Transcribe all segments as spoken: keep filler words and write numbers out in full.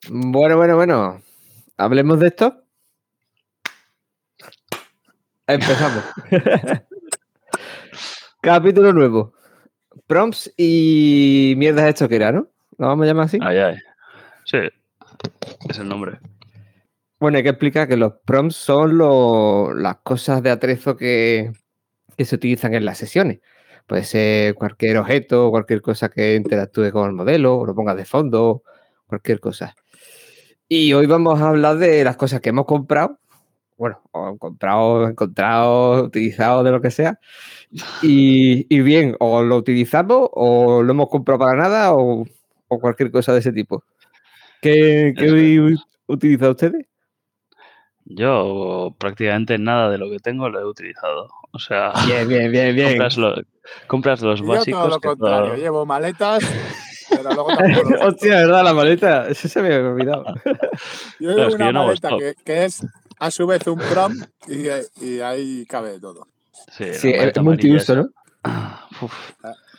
Bueno, bueno, bueno. ¿Hablemos de esto? Empezamos. Capítulo nuevo. Prompts y mierdas esto que era, ¿no? ¿Lo vamos a llamar así? Ay, ay. Sí, es el nombre. Bueno, hay que explicar que los prompts son lo- las cosas de atrezo que, que se utilizan en las sesiones. Puede ser cualquier objeto, cualquier cosa que interactúe con el modelo, o lo pongas de fondo, cualquier cosa. Y hoy vamos a hablar de las cosas que hemos comprado. Bueno, o comprado, encontrado, utilizado, de lo que sea. Y, y bien, o lo utilizamos, o lo hemos comprado para nada, o, o cualquier cosa de ese tipo. ¿Qué, qué Eso es. u- utilizan ustedes? Yo prácticamente nada de lo que tengo lo he utilizado. O sea, Bien, bien, bien, bien. compras, lo- compras los Y yo todo básicos lo que contrario, todo... llevo maletas, pero luego tampoco lo uso Hostia, todo. ¿verdad? La maleta, eso se me había olvidado. Yo Claro, llevo es que una yo no hago maleta stock. que, que es a su vez un prom y, y ahí cabe todo. Sí, Sí, la es maleta es amarilla multiuso, esa. ¿no? Uf,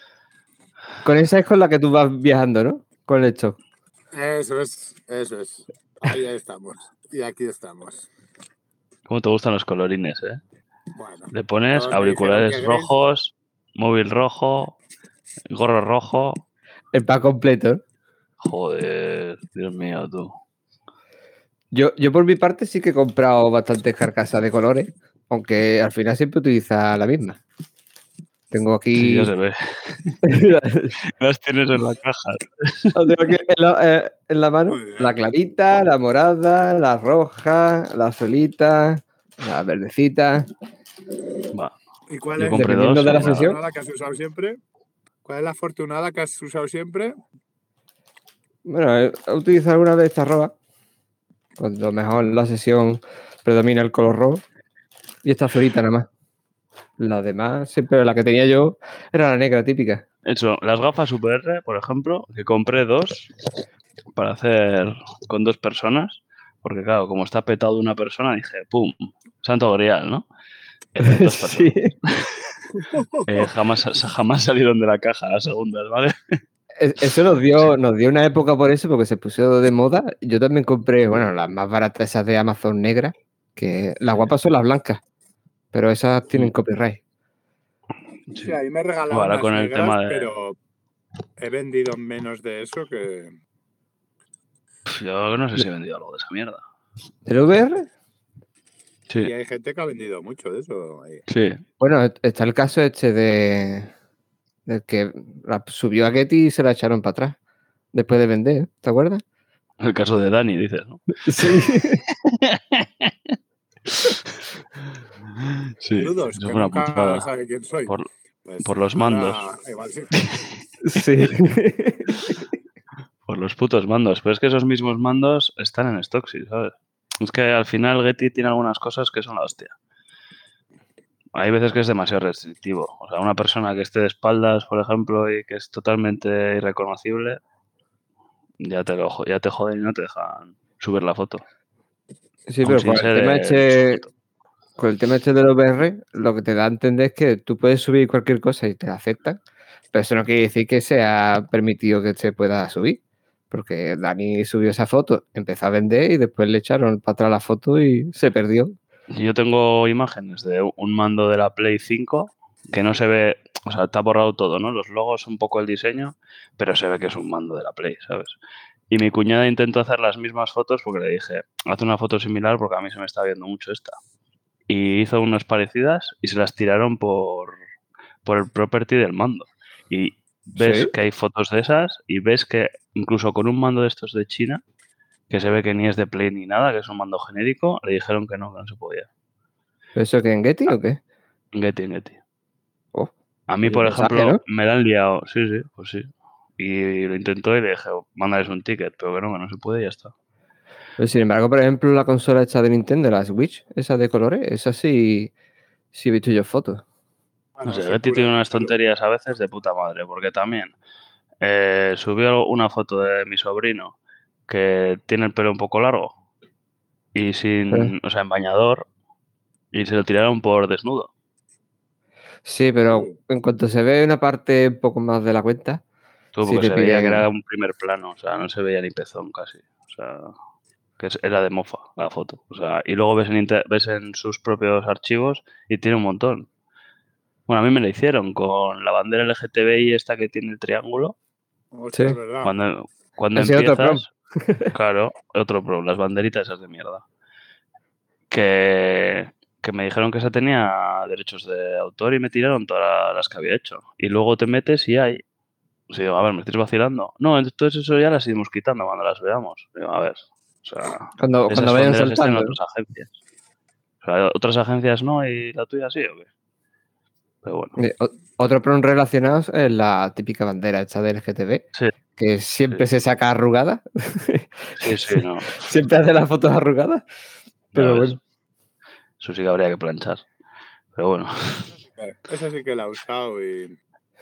Con esa es con la que tú vas viajando, ¿no? Con esto. Eso es, eso es. Ahí estamos. Y aquí estamos. cómo te gustan los colorines, ¿eh? Bueno, Le pones todos me dijeron que auriculares gris. rojos, móvil rojo, gorro rojo. El pack completo. Joder, Dios mío, tú. Yo, yo por mi parte sí que he comprado bastantes carcasas de colores, aunque al final siempre utiliza la misma. Tengo Sí, ya aquí. se ve. Las tienes en la caja. Lo tengo aquí en la, eh, en la mano. Muy bien. La clarita, la morada, la roja, la azulita, la verdecita. Va, ¿Y cuál yo es compré Dependiendo dos de y la la sesión. nada. afortunada que has usado siempre? ¿Cuál es la afortunada que has usado siempre? Bueno, he he utilizado alguna vez esta roja, cuando mejor la sesión predomina el color rojo. Y esta azulita nada más. Las demás, siempre la que tenía yo era la negra típica. Eso, las gafas V R, por ejemplo, que compré dos para hacer con dos personas, porque claro, como está petado de una persona, dije, ¡pum! Santo grial, ¿no? Eh, dos Sí. personas. Eh, jamás, jamás salieron de la caja las segundas, ¿vale? Es- Eso nos dio, nos dio una época por eso, porque se puso de moda. Yo también compré, bueno, las más baratas, esas de Amazon negras, que las guapas son las blancas, pero esas tienen copyright. Sí. Sí, ahí me regalaron Ahora unas con el negras, tema de... pero he vendido menos de eso que... Pf, yo no sé si he vendido algo de esa mierda. ¿El V R? Sí, Y hay gente que ha vendido mucho de eso ahí. sí. Bueno, est- está el caso este de del que la subió a Getty y se la echaron para atrás después de vender, ¿te acuerdas? El caso de Dani, dices, ¿no? Sí. Sí, Saludos, eso que fue una nunca putada. sabe quién soy. Por, Pues por los mandos. ahora igual sí. Sí. Por los putos mandos. Pero es que esos mismos mandos están en stock, sí, ¿sabes? Es que al final Getty tiene algunas cosas que son la hostia. Hay veces que es demasiado restrictivo. O sea, una persona que esté de espaldas, por ejemplo, y que es totalmente irreconocible, ya te lo, jo- ya te joden y no te dejan subir la foto. Sí, Aun pero sin con el ser tema el este, sujeto. con el tema este de los V R, lo que te da a entender es que tú puedes subir cualquier cosa y te la aceptan, pero eso no quiere decir que sea permitido que se pueda subir, porque Dani subió esa foto, empezó a vender y después le echaron para atrás la foto y se perdió. Yo tengo imágenes de un mando de la Play cinco que no se ve, o sea, está borrado todo, ¿no? Los logos, un poco el diseño, pero se ve que es un mando de la Play, ¿sabes? Y mi cuñada intentó hacer las mismas fotos porque le dije, haz una foto similar porque a mí se me está viendo mucho esta. Y hizo unas parecidas y se las tiraron por, por el property del mando. Y ves ¿Sí? que hay fotos de esas y ves que incluso con un mando de estos de China, que se ve que ni es de Play ni nada, que es un mando genérico, le dijeron que no, que no se podía. ¿Eso que en Getty Ah, o qué? Getty, Getty. Oh, A mí, pues yo por no sabía, ejemplo, ¿no? me la han liado. Sí, sí, pues sí. Y lo intentó y le dije, mándales un ticket, pero que no, que no se puede y ya está. Pero sin embargo, por ejemplo, la consola esta de Nintendo, la Switch, esa de colores, esa sí, sí he visto yo fotos. No Bueno, sé, es el Getty puro tiene unas estilo. tonterías a veces de puta madre, porque también eh, subió una foto de mi sobrino que tiene el pelo un poco largo y Pero- sin, o sea, en bañador y se lo tiraron por desnudo. sí, pero en cuanto se ve una parte un poco más de la cuenta, Todo sí porque te se veía que era piden. un primer plano, o sea, no se veía ni pezón casi. O sea, que es- era de mofa la foto. O sea, y luego ves en, inter- ves en sus propios archivos y tiene un montón. Bueno, a mí me la hicieron con la bandera L G T B I esta que tiene el triángulo. Hostia, Sí. es verdad. Cuando, cuando Ese otro prom. empiezas, claro, otro pro, las banderitas esas de mierda. Que, que me dijeron que esa tenía derechos de autor y me tiraron todas las que había hecho. Y luego te metes y hay. O sea, digo, a ver, ¿me estáis vacilando? No, entonces eso ya las iremos quitando cuando las veamos. Digo, a ver, o sea, Cuando, cuando esas vayan banderas están en soltando. otras agencias. O sea, otras agencias no y la tuya sí, ¿o qué? Pero bueno. Eh, o- Otro prom relacionado es la típica bandera hecha del L G T B, Sí, que siempre sí. se saca arrugada. Sí, sí, no. Siempre hace las fotos arrugadas. Ya Pero ves. bueno. Eso sí que habría que planchar. Pero bueno. Eh, Esa sí que la he usado y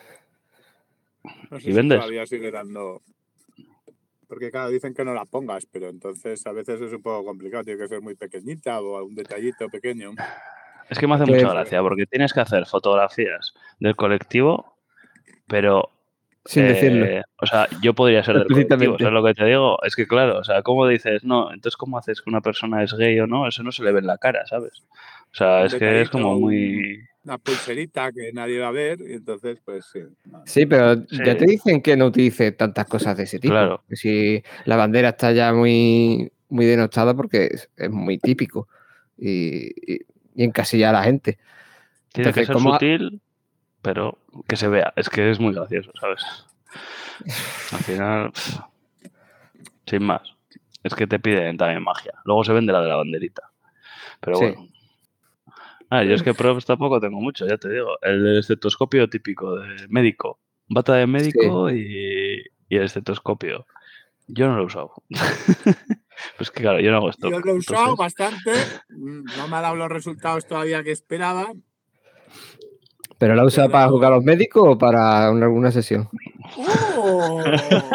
no sé ¿Y si vendes? todavía sigue dando. Porque claro, dicen que no la pongas, pero entonces a veces es un poco complicado. Tiene que ser muy pequeñita o un detallito pequeño. Es que me hace Que- mucha gracia porque tienes que hacer fotografías del colectivo, pero Sin decirlo. eh, o sea, yo podría ser del colectivo, Explícitamente. ¿sabes lo que te digo? Es que claro, o sea, ¿cómo dices? No, entonces ¿cómo haces que una persona es gay o no? Eso no se le ve en la cara, ¿sabes? O sea, Un es que es como detallito, un- muy... una pulserita que nadie va a ver y entonces pues sí. no. Sí, pero Sí, ya te dicen que no utilice tantas cosas de ese tipo. claro. Que si la bandera está ya muy, muy denostada porque es, es muy típico y, y, y encasilla a la gente. Tiene que Entonces, ser ¿cómo ha- sutil, pero que se vea. Es que es muy gracioso, ¿sabes? Al final, pff, sin más. Es que te piden también magia. Luego se vende la de la banderita. Pero Sí. bueno. Ah, yo es que props tampoco tengo mucho, ya te digo. El estetoscopio típico de médico. Bata de médico y, y el estetoscopio. Yo no lo he usado. Pues que claro, yo no hago stock. Yo lo he usado Entonces, bastante. mm, No me ha dado los resultados todavía que esperaba. ¿Pero la usa Pero- para jugar a los médicos o para una- alguna sesión? ¡Oh!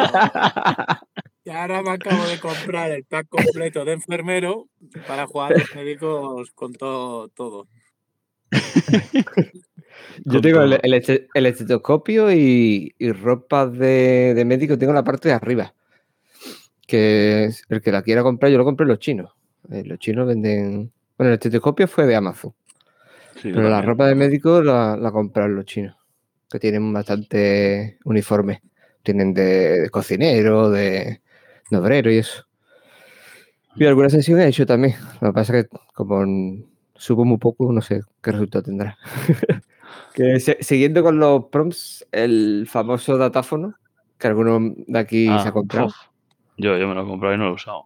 Y ahora me acabo de comprar el pack completo de enfermero para jugar a los médicos con todo. todo. Yo con tengo el, todo. el este- el estetoscopio y, y ropa de, de médico, tengo la parte de arriba. Que es el que la quiera comprar, yo lo compré en los chinos. Eh, los chinos venden. Bueno, el estetoscopio fue de Amazon. Sí, yo Pero la también. ropa de médico la, la compraron los chinos. Que tienen bastante uniforme. Tienen de, de cocinero, de, de obrero y eso. Y alguna sesión he hecho también. Lo que pasa es que como n- subo muy poco, no sé qué resultado tendrá. Que se- siguiendo con los prompts, el famoso datáfono, que alguno de aquí se ha Ah, comprado. puf. Yo, yo me lo he comprado y no lo he usado.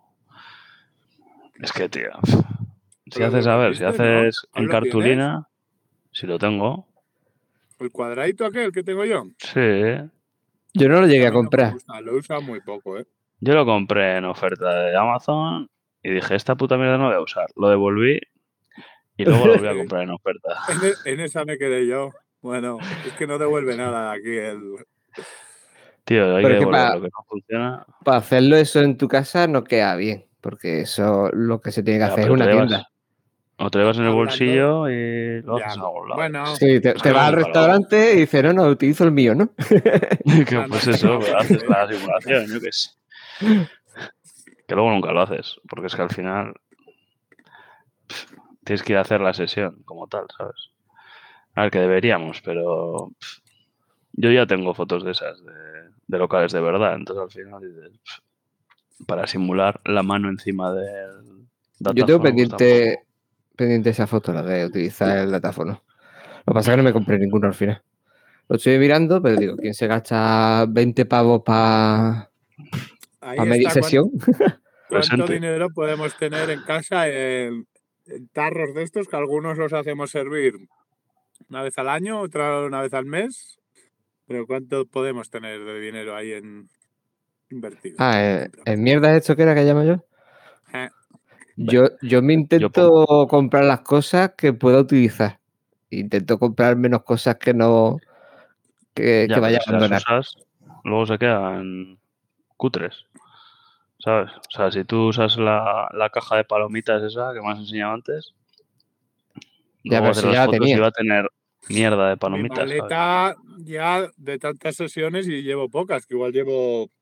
Es que, tío. Si Pero haces, lo a ver, si vendiste, ¿no? haces ¿Aún en lo tienes? cartulina, si lo tengo, ¿El cuadradito aquel que tengo yo? sí. Yo no lo Es que llegué a a mí no me comprar. gusta, lo he usado muy poco, ¿eh? Yo lo compré en oferta de Amazon y dije, esta puta mierda no voy a usar. Lo devolví y luego lo volví a comprar en oferta. En, e- en esa me quedé yo. Bueno, es que no devuelve nada aquí el. Tío, hay Pero que es que devolver para, lo que no funciona. para hacerlo eso en tu casa no queda bien. Porque eso lo que se tiene que Ya, hacer es pero te una lo llevas, tienda. o te lo llevas en el Hablando. bolsillo y lo Ya, haces en algún lado. bueno, Sí, te, Es te que vas luego al nunca lo haces. restaurante y dices, no, no, utilizo el mío, ¿no? Que Ah, no, pues que eso, no, pues que haces sí. la simulación, yo qué sé. Que luego nunca lo haces, porque es que al final pff, tienes que ir a hacer la sesión como tal, ¿sabes? A ver, que deberíamos, pero pff, yo ya tengo fotos de esas, de, de locales de verdad, entonces al final dices, pff, para simular la mano encima del Yo tengo datáfono, pues pendiente, tampoco. pendiente esa foto, la de utilizar el datáfono. Lo que pasa es que no me compré ninguno al final. Lo estoy mirando, pero digo, ¿quién se gasta veinte pavos para Ahí pa media está. ¿Cuán- sesión? ¿Cuánto Presente. dinero podemos tener en casa en, en tarros de estos que algunos los hacemos servir una vez al año, otra una vez al mes? Pero ¿cuánto podemos tener de dinero ahí en invertido? Ah, eh, ¿en mierda es esto que era que llamo yo? Eh, Yo, yo me Yo intento poco. comprar las cosas que pueda utilizar. Intento comprar menos cosas que no que, Ya, que vaya pero a si las abandonar. usas, luego se quedan cutres, ¿sabes? O sea, si tú usas la, la caja de palomitas esa que me has enseñado antes, Ya, luego pero hacer si las ya la fotos y tenía. va a tener mierda de mi palomitas, ¿sabes? maleta ya de tantas sesiones y llevo pocas, que igual llevo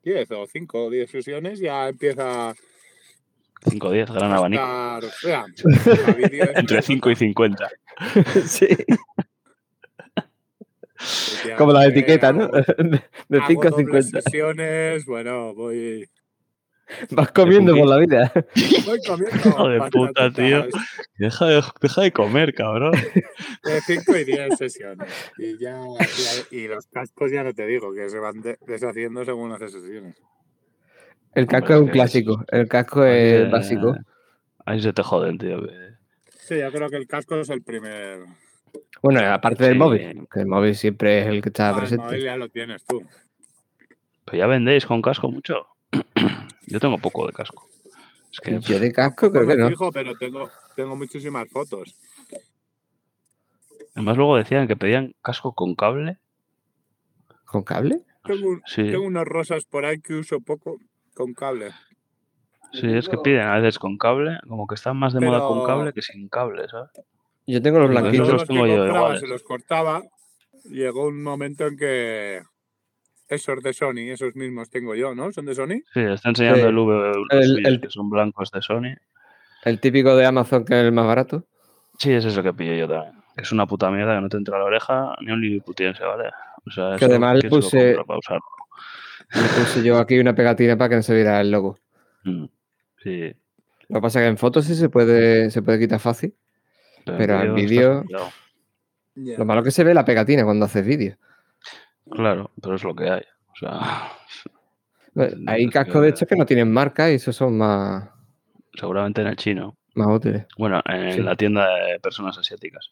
diez o cinco o diez sesiones ya empieza cinco o diez, gran a abanico. estar fea. La vídeo es Entre una cinco y nota. cincuenta. Sí. Efectivamente, Como las etiquetas, ¿no? hago- De Hago cinco a dobles cincuenta. sesiones, bueno, voy, Vas comiendo Punky. por la vida. voy comiendo Hijo de puta, tío. patatitas Deja de, deja de comer, cabrón. de cinco y diez sesiones. Y ya y, y los cascos ya no te digo, que se van de- deshaciendo según haces sesiones. El casco Hombre, es un que clásico. El casco Ahí, es eh, básico. ahí se te joden, tío. que- Sí, yo creo que el casco es el primer. Bueno, aparte del Sí. móvil, que el móvil siempre es el que está Ah, el presente. móvil ya lo tienes tú. Pero ya vendéis con casco mucho. Yo tengo poco de casco. Es que Yo de casco Tampoco creo que me no. fijo, pero tengo, tengo muchísimas fotos. además luego decían que pedían casco con cable. ¿Con cable? Tengo, un- Sí, tengo unos rosas por ahí que uso poco con cable. sí, es que piden a veces con cable, como que están más de moda con Pero- cable que sin cable, ¿sabes? Yo tengo los Cuando blanquitos. todos blanquitos. los que tengo yo compraba iguales. se los cortaba, llegó un momento en que esos de Sony, esos mismos tengo yo, ¿no? ¿Son de Sony? Sí, está enseñando Sí. el V, los El- suyos, el- que son blancos de Sony. El típico de Amazon que es el más barato. Sí, es eso que pillo yo también. Que es una puta mierda que no te entra a la oreja ni un liliputiense, ¿vale? O sea, Que eso, además le ¿quién se lo puse- compra para usarlo? Le puse yo aquí una pegatina para que no se viera el logo. Mm, Sí, Lo que pasa es que en fotos sí se puede, se puede quitar fácil. Pero al en vídeo- estás complicado. Lo malo es que se ve la pegatina cuando haces vídeo. Claro, pero es lo que hay. O sea, Hay es cascos que de estos que no tienen marca y esos son más, seguramente en el chino. más útiles. Bueno, en Sí. la tienda de personas asiáticas.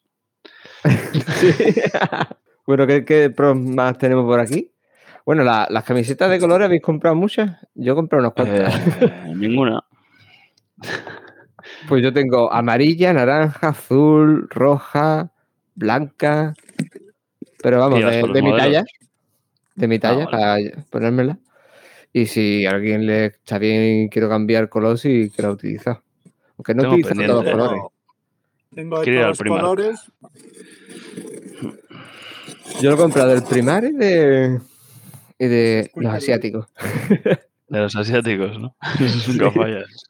Bueno, ¿qué, qué pros más tenemos por aquí? Bueno, la- las camisetas de colores, ¿habéis comprado muchas? Yo he comprado unas cuantas. Eh, ninguna. Pues yo tengo amarilla, naranja, azul, roja, blanca. Pero vamos, ¿Ibas de, con los de mi modelos? talla. De mi talla, vale. para ponérmela. Y si a alguien le está bien y quiero cambiar color, sí que la utilizo. Aunque no Tengo utilizo pendiente. todos los colores. Tengo de Quiero ir al todos los Primark. colores. Yo lo he comprado del Primark y de, y de Escucha los bien. asiáticos. De los asiáticos, ¿no? Nunca fallas.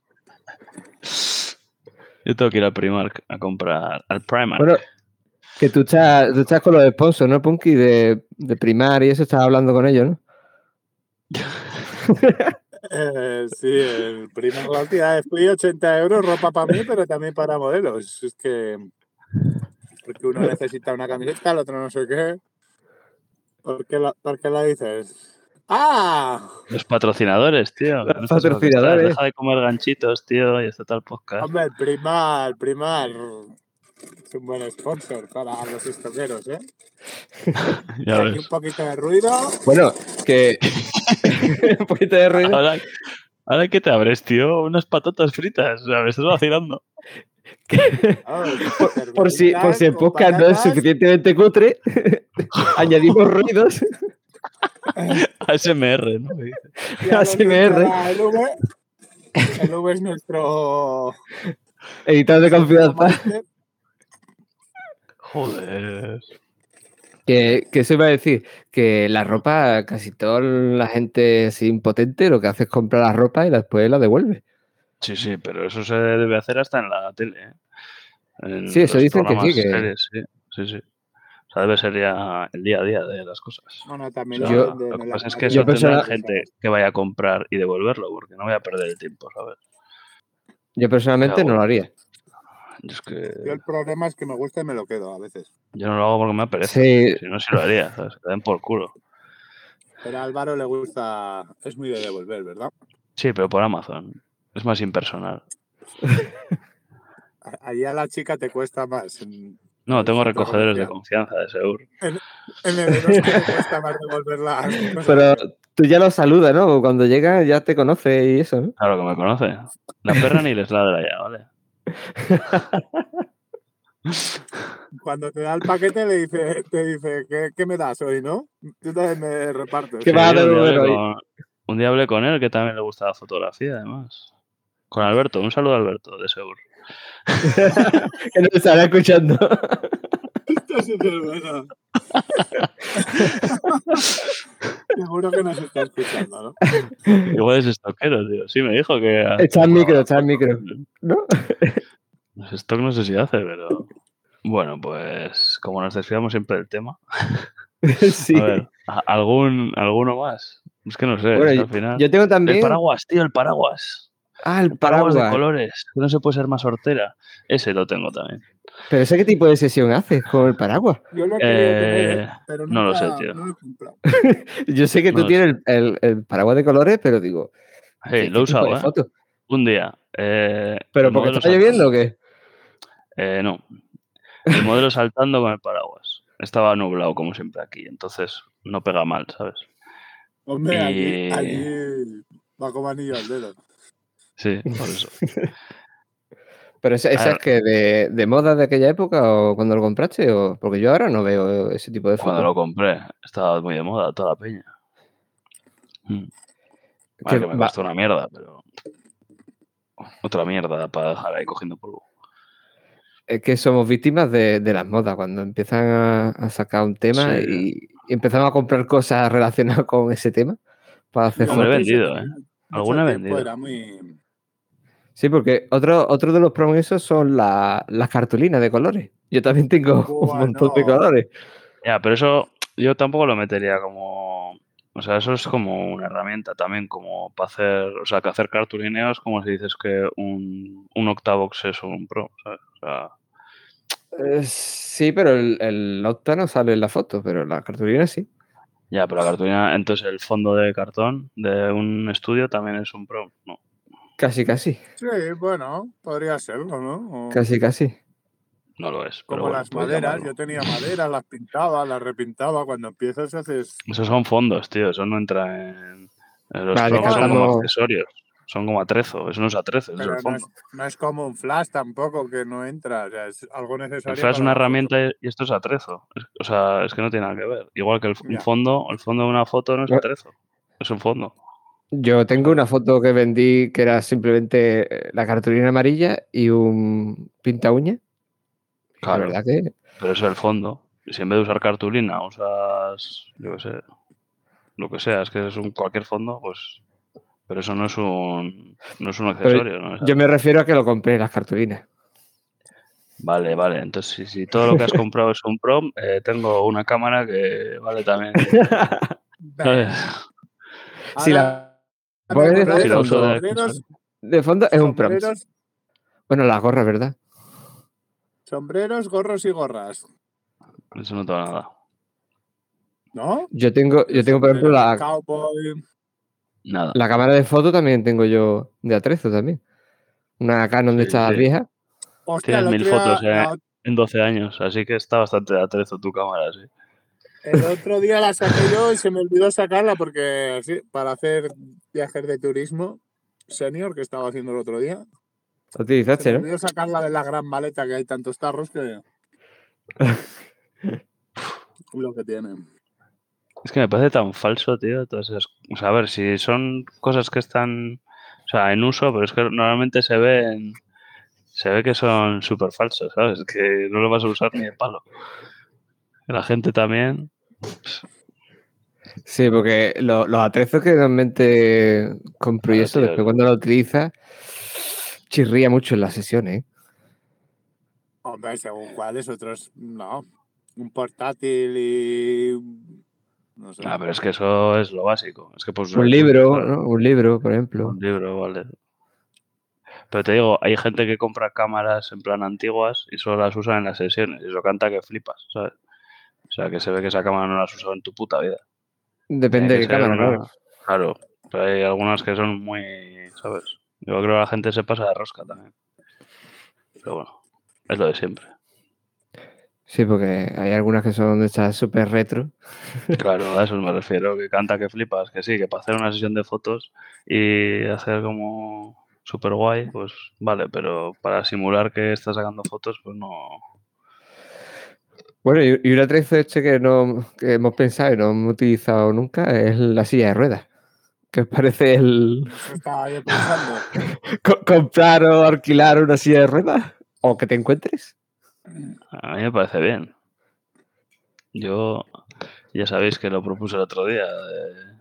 Yo tengo que ir al Primark a comprar. Al Primark. Bueno, que tú estás, tú estás con los sponsors, ¿no, Punky? De, de Primark y eso, estás hablando con ellos, ¿no? Eh, sí, el primer la última vez fui ochenta euros, ropa para mí, pero también para modelos. Es que. Porque uno necesita una camiseta, el otro no sé qué. ¿Por qué la, por qué la dices? ¡Ah! Los patrocinadores, tío. Los No estás en lo que estás. patrocinadores. Deja de comer ganchitos, tío, y este tal podcast. Hombre, el primar, el primar. Es un buen sponsor para los estoqueros, ¿eh? Ya Aquí ves. un poquito de ruido. Bueno, que un poquito de ruido. Ahora, ahora que te abres, tío, unas patatas fritas. O sea, me estás vacilando. Vamos, Por, por si, por si el cervecitas con podcast no es patatas. suficientemente cutre, añadimos ruidos. A S M R, ¿no? Ya A nos S M R. entrará El V. El V es nuestro. Editor de confianza. máster. Joder. Que, que eso iba a decir, que la ropa, casi toda la gente así impotente, lo que hace es comprar la ropa y después la devuelve. Sí, sí, pero eso se debe hacer hasta en la tele. ¿eh? En Sí, eso los dicen que sí, programas que- series, sí, sí, sí. O sea, debe ser ya el día a día de las cosas. Bueno, O también sea, Yo- lo, lo que pasa es que yo eso tendrá personal- gente que vaya a comprar y devolverlo, porque no voy a perder el tiempo, ¿sabes? Yo personalmente Claro. no lo haría. Yo es que Yo el problema es que me gusta y me lo quedo a veces. yo no lo hago porque me apetece. Sí, Si no, sí lo haría, ¿sabes? Que den por culo. Pero a Álvaro le gusta. Es muy de devolver, ¿verdad? Sí, pero por Amazon. Es más impersonal. A- Allí a la chica te cuesta más. En, No, en tengo el centro recogedores de comercial. confianza, de seguro. En el de los que te cuesta más devolver las cosas. pero tú ya lo saludas, ¿no? Cuando llega ya te conoce y eso, ¿no? Claro que me conoce. La perra ni les ladra ya, ¿vale? Cuando te da el paquete le dice, te dice, ¿qué, qué me das hoy, no? Yo también me reparto. ¿Qué vas a un, día devolver hablé hoy? con, un día hablé con él, que también le gusta la fotografía, además. Con Alberto. Un saludo a Alberto, de seguro. Que no te estará escuchando. Esto es súper bueno. Seguro que nos está escuchando, ¿no? Igual es estoquero, tío. Sí, me dijo que... Está en micro, está en Bueno, micro. ¿No? Pues stock no sé si hace, pero... Bueno, pues como nos desviamos siempre del tema. Sí. A ver, ¿a- ¿algún, ¿alguno más? Es que no sé, Bueno, es que yo, al final... yo tengo El también. paraguas, tío, el paraguas. Ah, el Un paraguas de paraguas. colores, que no se puede ser más hortera. Ese lo tengo también. Pero ¿ese qué tipo de sesión haces con el paraguas? Yo lo he querido tener, Eh, ¿eh? Pero no lo sé, nunca tío. no lo he comprado. Yo sé que No tú lo tienes el, el- el paraguas de colores, pero digo, Hey, ¿qué, lo he qué tipo de usado, ¿eh? fotos? Un día. Eh, ¿Pero el porque modelo estaba lloviendo o saltando. qué? Eh, no. El modelo saltando con el paraguas. Estaba nublado, como siempre aquí, entonces no pega mal, ¿sabes? Hombre, allí, Y... allí va como anillo al dedo. Sí, por eso. ¿Pero esa, A esa ver, es que de, de moda de aquella época o cuando lo compraste? O, porque yo ahora no veo ese tipo de cuando fotos. lo compré, estaba muy de moda toda la peña. Mm. A Que ver, que me va- costó una mierda, pero... Otra mierda para dejar ahí cogiendo polvo. es que somos víctimas de, de las modas, cuando empiezan a, a sacar un tema Sí. y, y empezamos a comprar cosas relacionadas con ese tema para hacer Yo Hombre, he fotos. mucho- vendido, ¿eh? mucho Alguna he tiempo vendido. era muy... Sí, porque otro, otro de los progresos son la- las cartulinas de colores. Yo también tengo un montón de Bueno, colores. Ya, pero eso yo tampoco lo metería como... O sea, eso es como una herramienta también, como para hacer... O sea, que hacer cartulineos como si dices que un, un Octavox es un Pro, ¿sabes? O sea, Eh, sí, pero el, el Octa no sale en la foto, pero la cartulina sí. ya, pero la cartulina... Entonces el fondo de cartón de un estudio también es un Pro, ¿no? Casi, casi. sí, bueno, podría serlo, ¿no? O Casi, casi. No lo es, pero como bueno, las puedes maderas, llamarlo. yo tenía maderas, las pintaba, las repintaba. Cuando empiezas haces... Esos son fondos, tío, eso no entra en... en los Vale, props son como descartamos. accesorios, son como atrezo, eso no es atrezo, eso es el Pero no es, fondo. no es como un flash tampoco, que no entra. O sea, es algo El necesario flash es para una la foto. herramienta y esto es atrezo. Es- O sea, es que no tiene nada que ver. Igual que el, un Ya. fondo, el fondo de una foto no es atrezo, es un fondo. Yo tengo ¿Sabes? una foto que vendí que era simplemente eh, la cartulina amarilla y un pinta uña. Y la Claro, verdad que pero eso es el fondo. Y si en vez de usar cartulina usas, yo qué sé, lo que sea, es que es un cualquier fondo, pues... Pero eso no es un, no es un pero accesorio, ¿no? O sea, yo me refiero a que lo compré las cartulinas. vale, vale. Entonces, si, si todo lo que has comprado es un prom, eh, tengo una cámara que vale también. ¿Sabes? Si Ahora la me pones de, acordé Si de la de uso de fondo, sombreros, de fondo es un prompt. sombreros, Bueno, las gorras, ¿verdad? sombreros, gorros y gorras, Eso no tengo nada. ¿no? Yo tengo, yo El tengo, por ejemplo, sombrero de la, cowboy. Nada. la cámara de foto también tengo yo de atrezo también. Una Canon de Sí, estas sí. viejas. Hostia, el Tienes mil otro día, fotos eh, la- en doce años, así que está bastante de atrezo tu cámara, sí. el otro día la saqué yo y se me olvidó sacarla porque así, para hacer viajes de turismo senior que estaba haciendo el otro día, La se utilizaste, me ¿no? olvidó sacarla de la gran maleta que hay tantos tarros que lo que tienen. Es que me parece tan falso, tío. Todas esas... O sea, a ver, si son cosas que están, o sea, en uso, pero es que normalmente se ven, se ve que son súper falsos, ¿sabes? Que no lo vas a usar ni de palo. La gente también. Sí, porque lo- los atrezos que realmente compro y Claro, eso, tío. después cuando lo utilizas, chirría mucho en las sesiones, ¿eh? Hombre, según cuáles, otros no. Un portátil y. No sé. Ah, pero es que eso es lo básico. Es que puedes usar Un el tuyo, libro, claro. ¿no? Un libro, por ejemplo. Un libro, vale. Pero te digo, hay gente que compra cámaras en plan antiguas y solo las usa en las sesiones. Y eso canta que flipas, ¿sabes? O sea, que se ve que esa cámara no la has usado en tu puta vida. Tiene Depende que de qué ser cámara, una... claro. Claro, pero hay algunas que son muy... ¿Sabes? Yo creo que la gente se pasa de rosca también. Pero bueno, es lo de siempre. Sí, porque hay algunas que son de estas súper retro. Claro, a eso me refiero, que canta que flipas, que sí, que para hacer una sesión de fotos y hacer como súper guay, pues vale, pero para simular que estás sacando fotos, pues no... Bueno, y, y un atrezo este que, no, que hemos pensado y no hemos utilizado nunca es la silla de ruedas. ¿Qué os parece el Eso estaba yo pensando. co- comprar o alquilar una silla de ruedas? ¿O que te encuentres? A mí me parece bien. Yo, ya sabéis que lo propuse el otro día. eh,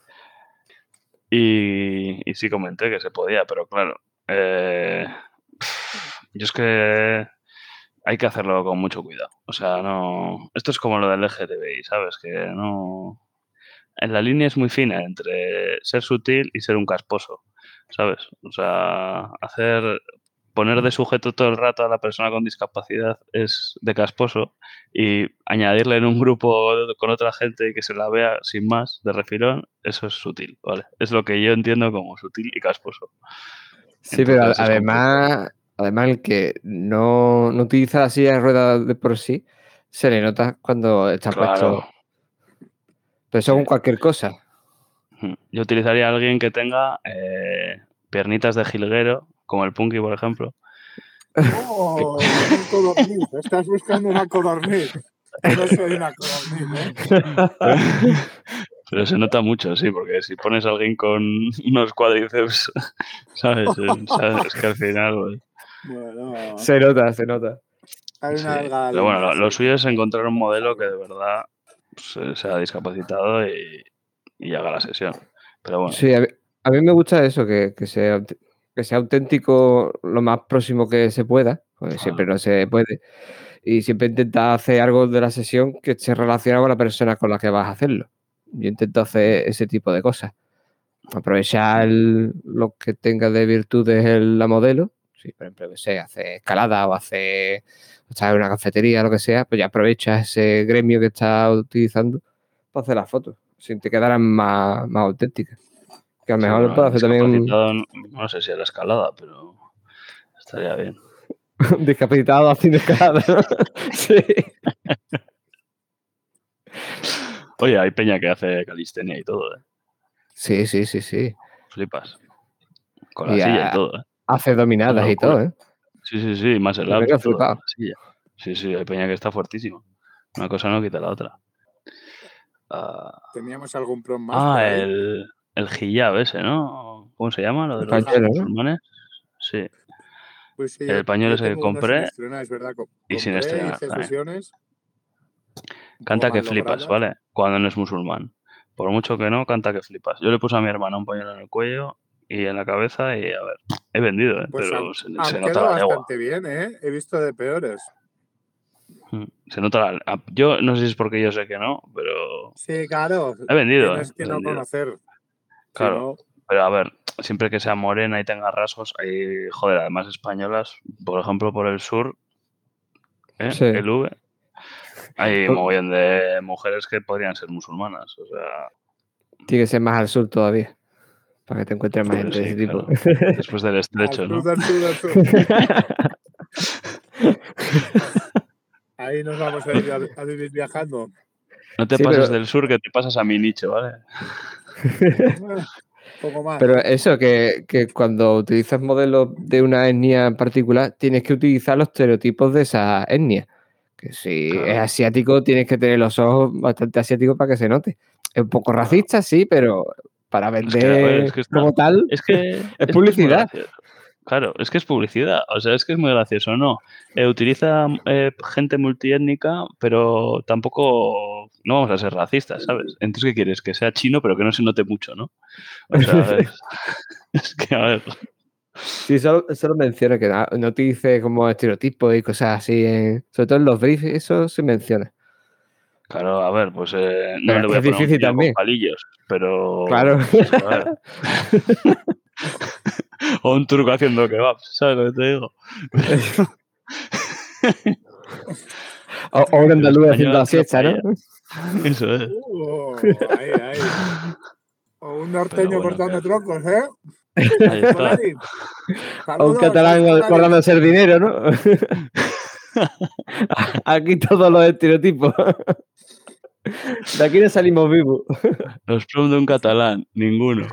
y, y sí comenté que se podía, pero claro. eh, yo es que hay que hacerlo con mucho cuidado. O sea, no. Esto es como lo del L G T B I, ¿sabes? Que no. En la línea es muy fina entre ser sutil y ser un casposo, ¿sabes? O sea, hacer. Poner de sujeto todo el rato a la persona con discapacidad es de casposo y añadirle en un grupo con otra gente y que se la vea sin más, de refilón, eso es sutil, ¿vale? Es lo que yo entiendo como sutil y casposo. Sí, pero a- Entonces es complicado. además, además el que no, no utiliza la silla de ruedas de por sí, se le nota cuando está Claro. puesto. Pero eso Sí. con cualquier cosa. Ujú. Yo utilizaría a alguien que tenga eh, piernitas de jilguero, como el Punky, por ejemplo. ¡Oh! Un codorniz. Estás buscando una codorniz. Yo no soy una codorniz, ¿eh? Pero se nota mucho, sí, porque si pones a alguien con unos cuádriceps, ¿sabes? Es, ¿sabes? Es que al final, pues, Bueno, Se nota, se nota. hay sí. una delgada Pero bueno, línea, lo, lo sí. suyo es encontrar un modelo que de verdad pues, sea discapacitado y, y haga la sesión. Pero bueno, Sí, a mí, a mí me gusta eso, que, que sea, aut- que sea auténtico lo más próximo que se pueda, porque claro. siempre no se puede. Y siempre intenta hacer algo de la sesión que esté relacionado con la persona con la que vas a hacerlo. Yo intento hacer ese tipo de cosas. Aprovechar el- lo que tenga de virtudes el- la modelo. Si, por ejemplo, que sé, hace escalada o hace está en una cafetería, lo que sea, pues ya aprovechas ese gremio que estás utilizando para hacer las fotos. Si te quedaran más, más auténticas. Que a lo Sí, mejor lo bueno, puedo el hacer también un discapacitado, no, no sé si a la escalada, pero estaría bien. discapacitado haciendo escalada, ¿no? Sí. Oye, hay peña que hace calistenia y todo, ¿eh? Sí, sí, sí, sí. Flipas. Con Y la silla y a- todo, ¿eh? hace Una dominadas y locura. todo, ¿eh? Sí, sí, sí, más el Yo me abs y quedo todo, con flipado. la silla. Sí, sí, hay peña que está fuertísima. Una cosa no quita la otra. Ah, ¿Teníamos algún prom más ah, por ahí? el, el hijab ese, ¿no? ¿Cómo se llama? Lo de El los pañuelo, ¿no? musulmanes. Sí. Pues sí, yo, El pañuelo yo ese que tengo uno sin compré estrenar, es verdad. co- y sin Compré, estrenar hice también. sesiones un poco Canta que más flipas, logradas. ¿vale? Cuando no es musulmán. Por mucho que no, canta que flipas. Yo le puse a mi hermana un pañuelo en el cuello y en la cabeza y, a ver, he vendido, ¿eh? Pues Pero han, se, han se nota quedado la legua. bastante bien, ¿eh? He visto de peores. Mm, Se nota la... a- Yo no sé si es porque yo sé que no, pero Sí, claro. he vendido, ¿eh? Tienes que He no vendido. conocer. Si Claro. no, Pero a ver, siempre que sea morena y tenga rasgos, hay, joder, además españolas, por ejemplo, por el sur, ¿eh? Sí. El V, hay un Pues, mogollón de mujeres que podrían ser musulmanas. O sea, tiene que ser más al sur todavía. Para que te encuentres más pues gente de sí, ese tipo. claro. Después del al estrecho, sur, ¿no? al sur, al sur. Ahí nos vamos a ir a, a vivir viajando. No te Sí, pases pero, del sur que te pasas a mi nicho, ¿vale? Un poco más. pero eso, que, que cuando utilizas modelos de una etnia en particular, tienes que utilizar los estereotipos de esa etnia. Que si es Claro, asiático, tienes que tener los ojos bastante asiáticos para que se note. Es un poco claro. racista, sí, pero para Es que, a ver, vender es que está, como tal, es que es es que es muy publicidad. gracioso. Claro, es que es publicidad, o sea, es que es muy gracioso, ¿no? Eh, utiliza eh, gente multiétnica, pero tampoco, no vamos a ser racistas, ¿sabes? Entonces, ¿qué quieres? Que sea chino, pero que no se note mucho, ¿no? O sea, es, es que, a ver, Sí, solo, solo menciona que no, no utilice como estereotipos y cosas así, en- sobre todo en los briefs, eso se menciona. claro, a ver, pues eh, no Pero le voy a es poner un difícil tío con también, palillos, pero claro. es que, a ver, o un turco haciendo kebabs, ¿sabes lo que te digo? O, o un El andaluz español haciendo la haciendo siesta, ¿no? paella, eso es. Uh, ahí, ahí. O un Pero norteño bueno, cortando que troncos, ¿eh? ahí está. Escolari. O un Saludos, catalán Escolari. guardándose el dinero, ¿no? Aquí todos los estereotipos. De aquí no salimos vivos. Los prom de un catalán, ninguno.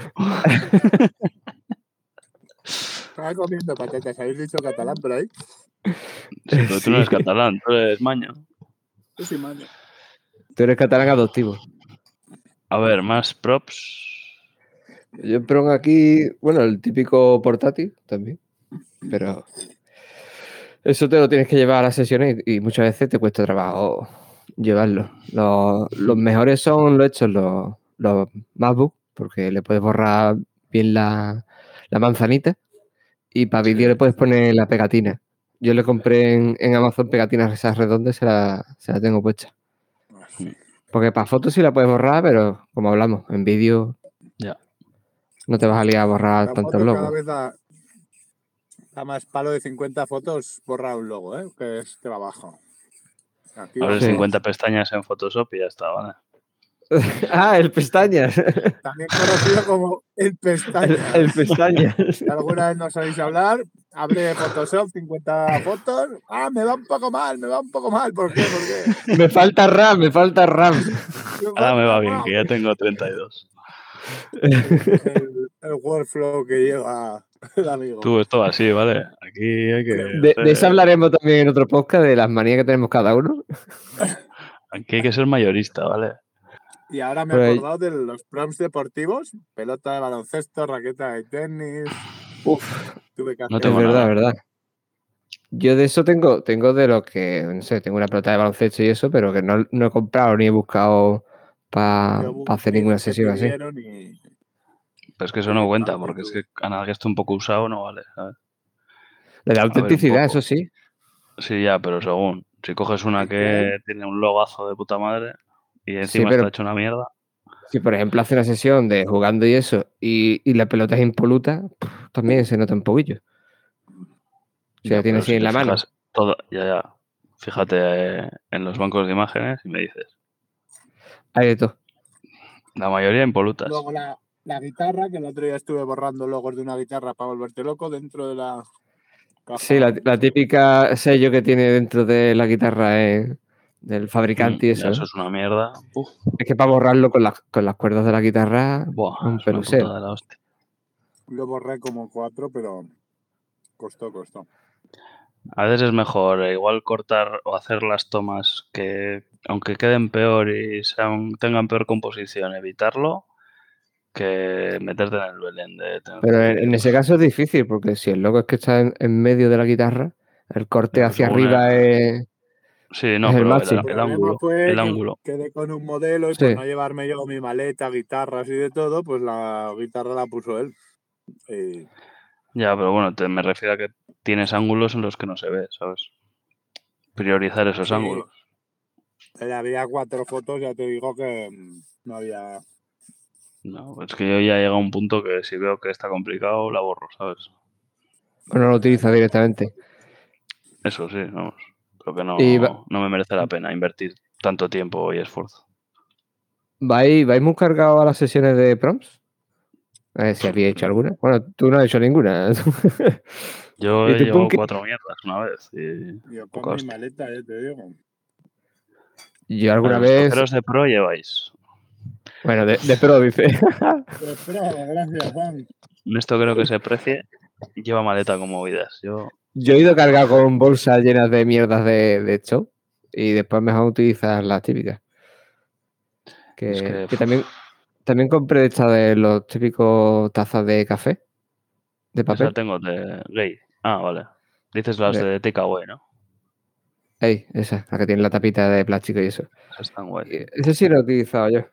Estaba comiendo patatas. ¿Habéis dicho catalán por ahí? Sí, pero tú no Sí. eres catalán, tú eres maño. Yo sí, maño. Tú eres catalán adoptivo. A ver, más props. Yo pongo aquí, bueno, el típico portátil también. Pero eso te lo tienes que llevar a las sesiones y, y muchas veces te cuesta trabajo llevarlo. Los, los mejores son los hechos los, los MacBook, porque le puedes borrar bien la, la manzanita y para vídeo Sí. le puedes poner la pegatina. Yo le compré en, en Amazon pegatinas esas redondas y se la, se la tengo puesta. Así. Porque para fotos sí la puedes borrar, pero como hablamos, en vídeo Ya. no te vas a liar a borrar La tantos foto cada logos. vez da, da más palo de cincuenta fotos, borra un logo, ¿eh? Que es trabajo. Aquí Abres Sí. cincuenta pestañas en Photoshop y ya está, ¿vale? Ah, el pestañas. también conocido como el El, pestañas. el pestañas. Si alguna vez no sabéis hablar, abre Photoshop, cincuenta fotos. Ah, me va un poco mal, me va un poco mal. ¿Por qué? ¿Por qué? Me falta RAM, me falta RAM. Ahora me va falta bien, RAM. que ya tengo treinta y dos. El, el- el workflow que lleva el amigo. Tú, esto va así, ¿vale? Aquí hay que De, de eso ser, hablaremos también en otro podcast, de las manías que tenemos cada uno. aquí hay que ser mayorista, ¿vale? Y ahora me he Pero- acordado de los prompts deportivos, pelota de baloncesto, raqueta de tenis. Uf, Tuve que No hacer. tengo es verdad, nada. verdad. Yo de eso tengo, tengo de los que, no sé, tengo una pelota de baloncesto y eso, pero que no, no he comprado ni he buscado para Yo hacer vi ninguna los que sesión así. pidieron y Pero es que eso no cuenta, directamente porque es tuve. que a nada que esté un poco usado no vale, ¿sabes? Le da A ver, un autenticidad, poco. eso sí. Sí, ya, pero según. Si coges una ¿El qué? que tiene un logazo de puta madre y Sí, encima pero está hecho una mierda, si por ejemplo hace una sesión de jugando y eso y, y la pelota es impoluta, puf, también se nota un poquillo. Si ya, la tienes pero así si en te la mano. fijas, todo, ya, ya. Fíjate eh, en los bancos de imágenes y me dices. Hay de todo. La mayoría impolutas. Luego la, la guitarra, que el otro día estuve borrando logos de una guitarra para volverte loco dentro de la caja. Sí, la, la típica sello que tiene dentro de la guitarra eh, del fabricante y Mm, eso. ya, eso ¿eh? es una mierda. Uf, Es que para borrarlo con, las con las cuerdas de la guitarra es buah, un es una peruseo. putada de la hostia. Lo borré como cuatro, pero costó, costó. A veces es mejor eh, igual cortar o hacer las tomas que, aunque queden peor y sean, tengan peor composición, evitarlo que meterte en el Belén de tener Pero que... en, en ese caso es difícil, porque si el logo es que está en, en medio de la guitarra, el corte Pero hacia según el- arriba es, Sí, no, es el pero el, máximo. El el problema ángulo, fue el que ángulo. quedé con un modelo y Sí. por no llevarme yo mi maleta, guitarras y de todo, pues la guitarra la puso él. Y Ya, pero bueno, te, me refiero a que tienes ángulos en los que no se ve, ¿sabes? Priorizar esos sí, ángulos. eh, había cuatro fotos, ya te digo que mm, no había. No, es que yo ya he llegado a un punto que si veo que está complicado, la borro, ¿sabes? O no lo utiliza directamente. Eso sí, vamos. Pero que Y va- no, no me merece la pena invertir tanto tiempo y esfuerzo. ¿vais, vais muy cargado a las sesiones de prompts? A ver si había hecho alguna. Bueno, tú no has hecho ninguna. Yo ¿Y he tú, llevado Punky? cuatro mierdas una vez y Yo poca con mi hostia. maleta, ya te digo. Yo A alguna los vez. toceros de pro lleváis. Bueno, de, de pro, dice. Pues, pero, gracias, Juan. Esto creo que se precie. Lleva maleta con movidas. Yo, Yo he ido cargado con bolsas llenas de mierdas de, de show y después mejor utilizar las típicas. Que, es que, que uf, también, también compré esta de los típicos tazas de café, de esa papel. tengo de gay. Ah, vale. Dices las De, de takeaway, ¿no? ey, esa, la que tiene la tapita de plástico y eso. Esas están guay. Y ese sí lo he utilizado yo.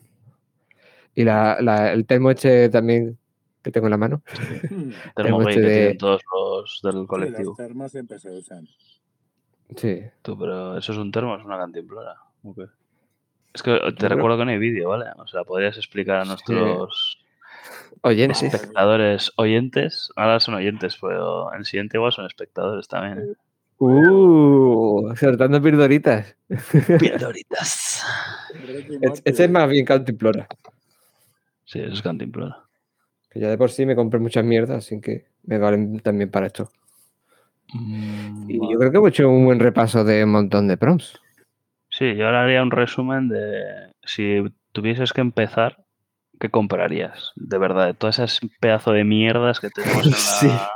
Y la, la- el termo este también que tengo en la mano. Termo Termo gay este que tienen de. todos los del Sí, los colectivo. termos siempre se usan. Sí. Tú, pero eso es un termo, es una cantimplora. Ok. Es que te Yo creo- recuerdo que no hay vídeo, ¿vale? O sea, podrías explicar a Sí. nuestros Oyentes. espectadores oyentes. Ahora son oyentes, pero en el siguiente igual son espectadores también. ¿eh? Uh, soltando pildoritas. Pildoritas. Ricky Este, Morty. este es más bien cantimplora. Sí, eso es cantimplora. Que ya de por sí me compré muchas mierdas, así que me valen también para esto. Mm, Y yo vale. creo que hemos hecho un buen repaso de un montón de prompts. Sí, yo ahora haría un resumen de si tuvieses que empezar, ¿qué comprarías? De verdad, de todas esas pedazo de mierdas que tenemos en Sí. la,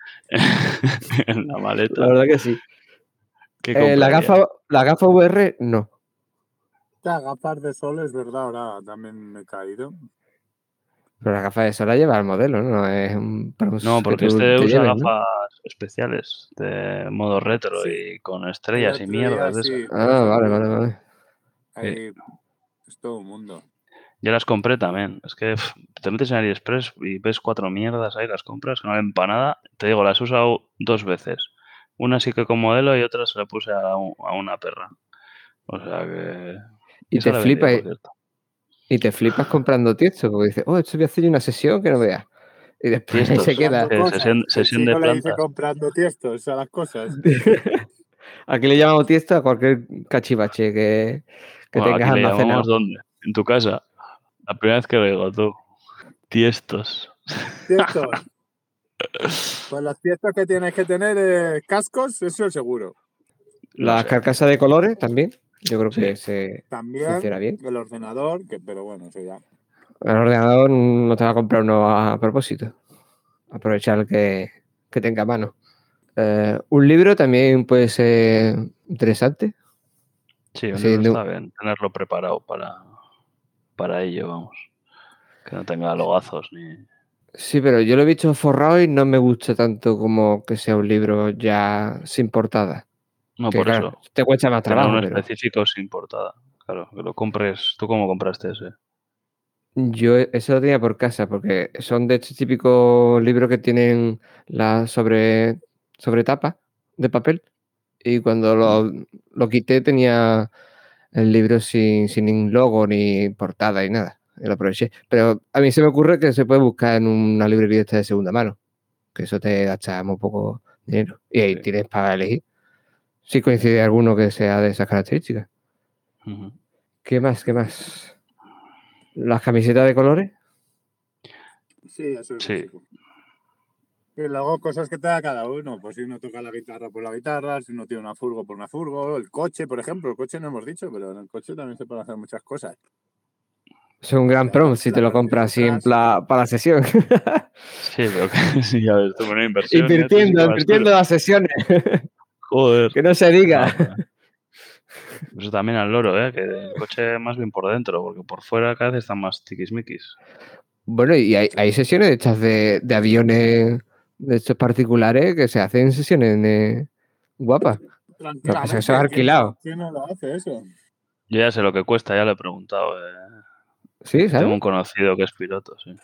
en la maleta. La verdad que sí. ¿Qué Eh, la comprarías? gafa, la gafa V R, no. Estas gafas de sol, es verdad, ahora también me he caído. Pero la gafa de sol la lleva el modelo, ¿no? Es un prompts No, que porque tú este te usa lleves, ¿no? gafas especiales de modo retro Sí. y con El estrellas y otro día mierdas de sí, esas. por Ah, eso vale, vi. vale, vale. Ahí es todo un mundo. Yo las compré también. Es que pff, te metes en AliExpress y ves cuatro mierdas ahí, las compras, que no valen para nada. Te digo, las he usado dos veces. Una sí que con modelo y otra se la puse a, un- a una perra. O sea que... Y Esa te la vendí, flipas, por cierto. y te flipas comprando tiesto, porque dices, oh, esto voy a hacer una sesión que no veas. Y después ahí Tiestos. se queda. Eh, Cosas. sesión El sesión de chico le dice plantas. comprando tiestos a las cosas. Aquí le llamamos tiesto a cualquier cachivache que, que Bueno, tengas aquí le almacenado. llamamos ¿dónde? En tu casa. La primera vez que lo digo tú. Tiestos. Tiestos. Pues los tiestos que tienes que tener, eh, cascos, eso seguro. No Las sé. carcasas de colores también. Yo creo Sí. que se También funciona bien. el ordenador, que pero bueno, eso ya. El ordenador no te va a comprar uno a propósito. Aprovechar que, que tenga a mano. Eh, un libro también puede ser interesante. Sí, un Así, libro de un- está bien. Tenerlo preparado para, para ello, vamos. Que no tenga logazos ni... Sí, pero yo lo he visto forrado y no me gusta tanto como que sea un libro ya sin portada. No, Que por claro, eso. te cuesta más Tener trabajo, uno pero específico sin portada. Claro, que lo compres... ¿Tú cómo compraste ese? yo eso lo tenía por casa, porque son de estos típicos libros que tienen la sobre, sobre tapa de papel. Y cuando lo, lo quité tenía el libro sin, sin ningún logo ni portada ni nada. Y lo aproveché. Pero a mí se me ocurre que se puede buscar en una librería esta de segunda mano. Que eso te gasta muy poco dinero. Y ahí Sí. tienes para elegir. Si coincide alguno que sea de esas características. Ujú. ¿Qué más? ¿Qué más? ¿Las camisetas de colores? Sí, eso es Sí. básico. Y luego cosas que te da cada uno. Pues si uno toca la guitarra, por la guitarra. Si uno tiene una furgo, por una furgo. El coche, por ejemplo. El coche no hemos dicho, pero en el coche también se pueden hacer muchas cosas. Es un gran Que hagas prom si te lo placas de compras así en detrás. pla- para la sesión. Sí, pero que sí, ya ves, tú una inversión y esto sí Invirtiendo, que va invirtiendo solo. las sesiones. Joder. Que no se diga. No, pero- Eso también al loro, ¿eh? Que el coche más bien por dentro, porque por fuera cada vez están más tiquismiquis. Bueno, y hay, hay sesiones hechas de, de aviones de estos particulares que se hacen sesiones de- guapas. Lo que pasa es que eso es Tranquilamente. ¿Quién no, alquilado. quién no lo hace eso? Yo ya sé lo que cuesta, ya le he preguntado. eh. Sí, Tengo ¿sabes? un conocido que es piloto, sí.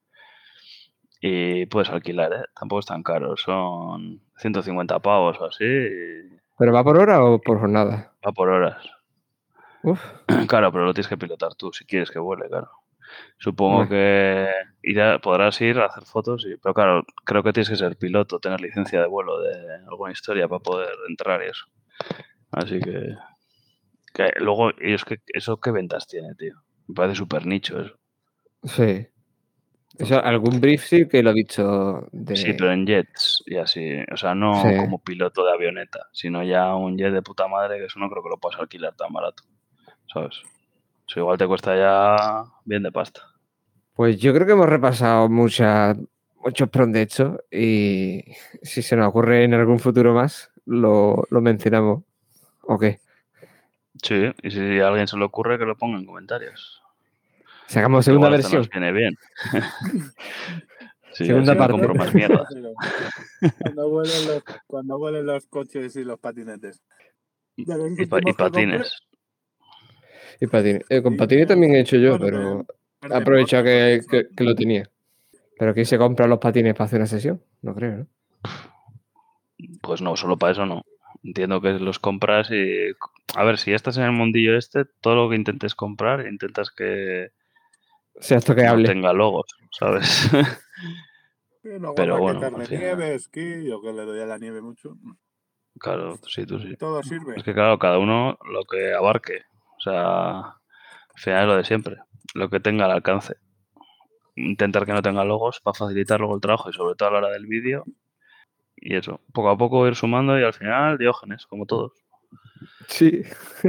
Y puedes alquilar, ¿eh? Tampoco es tan caro, son ciento cincuenta pavos o así y ¿Pero va por hora o por jornada? va por horas. Uf, Claro, pero lo tienes que pilotar tú si quieres que vuele, claro. Supongo hombre. que irá- podrás ir a hacer fotos, y, pero claro, creo que tienes que ser piloto, tener licencia de vuelo de alguna historia para poder entrar y eso. Así que, que luego, y es que eso qué ventas tiene, tío. Me parece súper nicho eso. Sí. Eso, algún brief sí que lo he visto Sí, pero de... en jets y así, o sea, no Sí. como piloto de avioneta, sino ya un jet de puta madre, que eso no creo que lo puedas alquilar tan barato, ¿sabes? Eso igual te cuesta ya bien de pasta. Pues yo creo que hemos repasado muchas, muchos pros de hecho y si se nos ocurre en algún futuro más, lo, lo mencionamos. ¿O qué? Sí, y si a alguien se le ocurre, que lo ponga en comentarios. Sacamos Que segunda igual esto versión. nos viene bien. Sí, Segunda así me parte. compro más mierdas. Pero cuando vuelen los, cuando vuelen los coches y los patinetes. De los Y, pa- y últimos que compré, patines. Y patines. Eh, con patines patines, también he hecho yo, bueno, pero de- he de aprovechado deporte, que, porque que- que lo tenía. ¿Pero quién se compra los patines para hacer una sesión? No creo, ¿no? Pues no, solo para eso no. Entiendo que los compras y... A ver, si estás en el mundillo este, todo lo que intentes comprar, intentas que Sea esto que no hable. tenga logos, ¿sabes? y luego Pero bueno, raquetas al de final... nieve, esquí, yo que le doy a la nieve mucho. Claro, sí, tú sí. Todo sirve. Es que claro, cada uno lo que abarque. O sea, al final es lo de siempre. Lo que tenga al alcance. Intentar que no tenga logos para facilitar luego el trabajo y sobre todo a la hora del vídeo. Y eso, poco a poco ir sumando y al final Diógenes, como todos. Sí.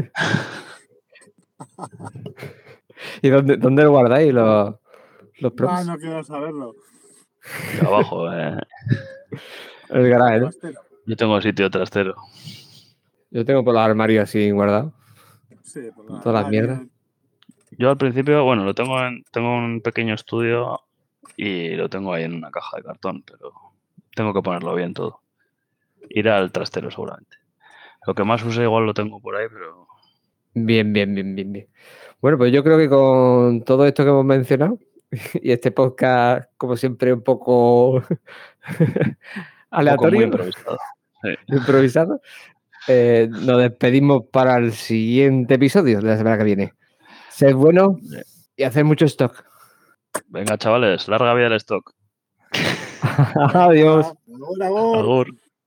¿Y dónde, dónde lo guardáis los, los Ah, props? no quiero saberlo. Abajo, eh. El garaje, ¿no? Trastero. Yo tengo sitio trastero. Yo tengo por los armarios así guardados. Sí, por los Todas las mierdas. armarios. Yo al principio, bueno, lo tengo en, tengo un pequeño estudio y lo tengo ahí en una caja de cartón, pero tengo que ponerlo bien todo. Ir al trastero seguramente. Lo que más use igual lo tengo por ahí, pero Bien, bien, bien, bien, bien. Bueno, pues yo creo que con todo esto que hemos mencionado y este podcast, como siempre, un poco Un poco muy aleatorio, improvisado. Sí. improvisado, eh, nos despedimos para el siguiente episodio de la semana que viene. Sed buenos y haced mucho stock. Venga, chavales, larga vida el stock. Adiós. Venga, ahora, ahora. Agur.